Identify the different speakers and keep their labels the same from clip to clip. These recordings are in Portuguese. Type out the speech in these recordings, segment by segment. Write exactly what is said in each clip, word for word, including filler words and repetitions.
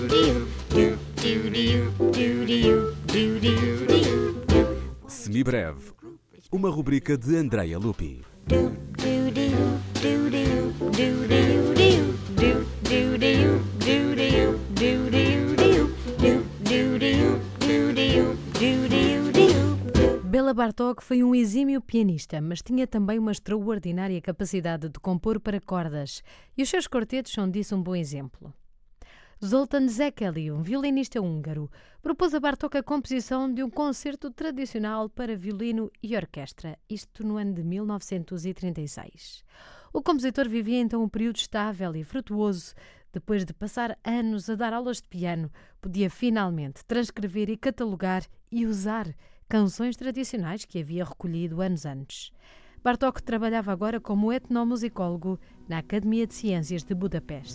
Speaker 1: Semibreve, uma rubrica de Andrea Lupi.
Speaker 2: Béla Bartók foi um exímio pianista, mas tinha também uma extraordinária capacidade de compor para cordas, e os seus quartetos são disso um bom exemplo. Zoltán Szekely, um violinista húngaro, propôs a Bartók a composição de um concerto tradicional para violino e orquestra, isto no ano de mil novecentos e trinta e seis. O compositor vivia então um período estável e frutuoso. Depois de passar anos a dar aulas de piano, podia finalmente transcrever e catalogar e usar canções tradicionais que havia recolhido anos antes. Bartók trabalhava agora como etnomusicólogo na Academia de Ciências de Budapeste.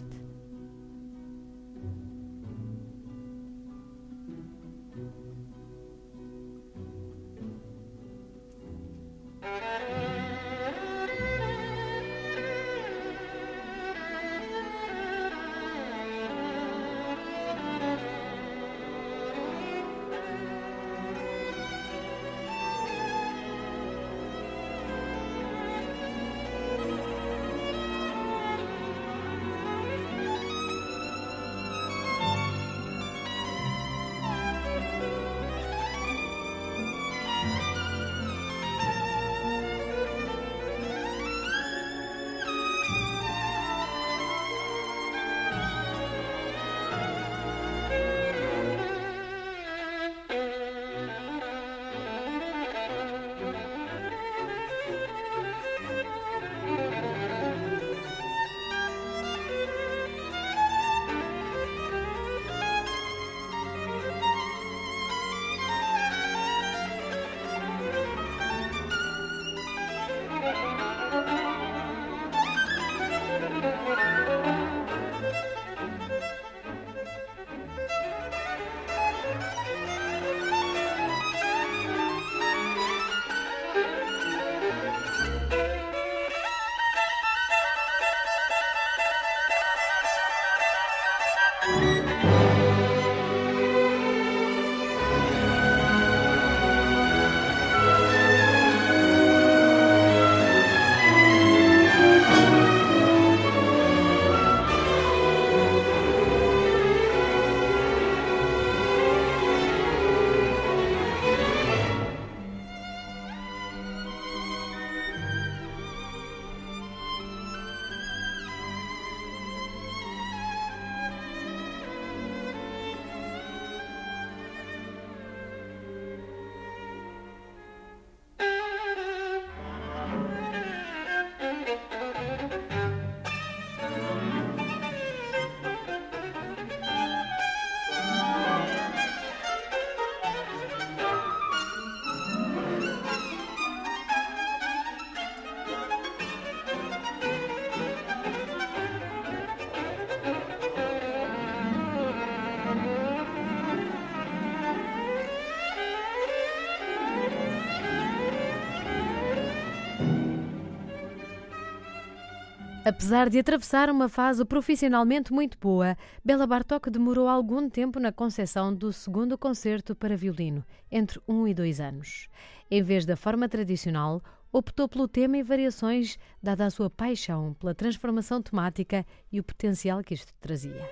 Speaker 2: Apesar de atravessar uma fase profissionalmente muito boa, Béla Bartók demorou algum tempo na conceção do segundo concerto para violino, entre um e dois anos. Em vez da forma tradicional, optou pelo tema e variações, dada a sua paixão pela transformação temática e o potencial que isto trazia.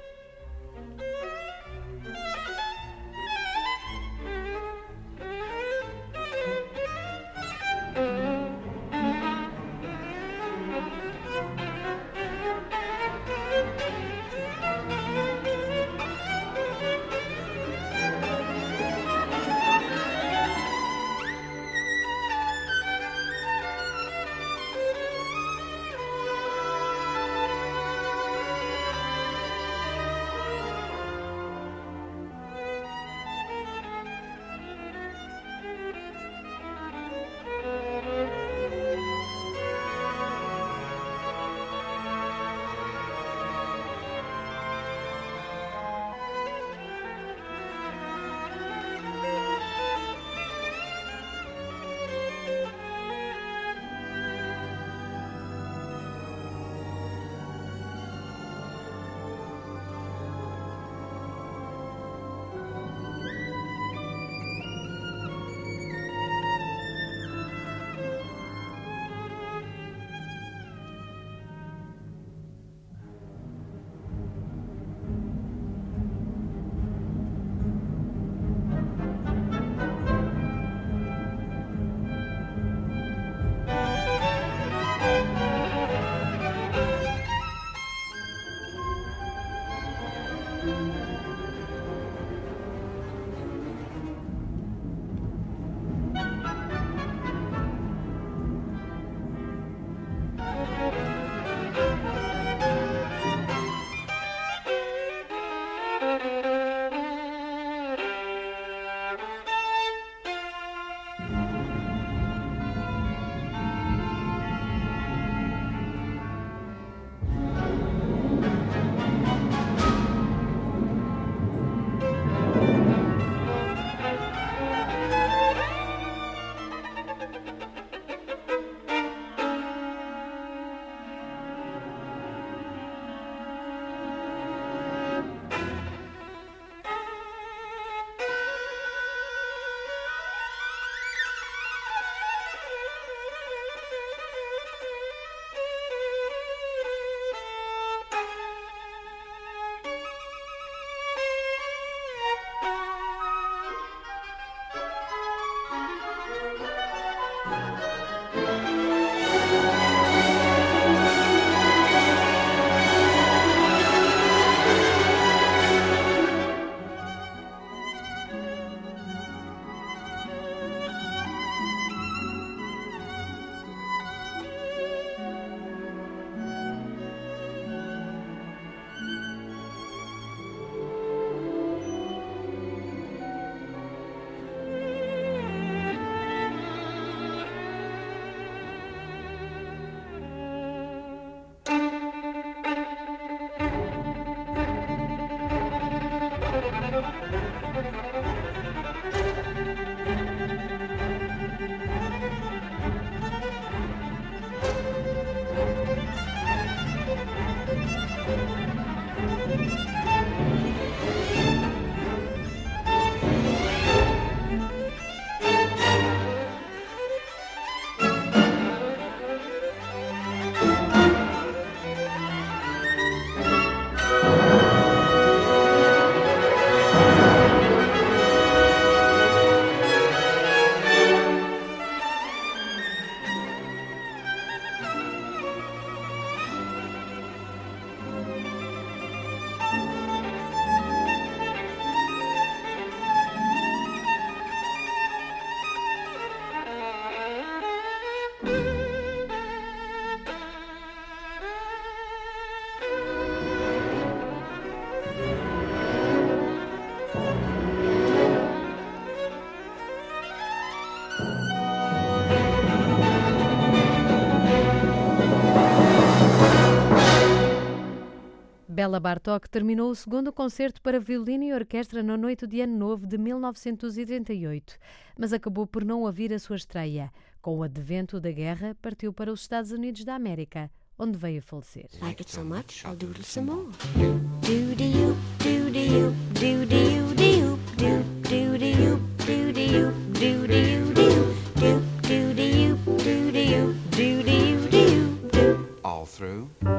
Speaker 2: Béla Bartók terminou o segundo concerto para violino e orquestra na noite de Ano Novo de mil novecentos e trinta e oito, mas acabou por não ouvir a sua estreia. Com o advento da guerra, partiu para os Estados Unidos da América, onde veio a falecer.
Speaker 3: Like it so much, I'll doodle some more. Do-de-oop, do-de-oop, do-de-oop, do-de-oop, do-de-oop, do-de-oop, do-de-oop, do-de-oop, do-de-oop, do-de-oop, do-de-oop, do-de-oop.
Speaker 4: All through.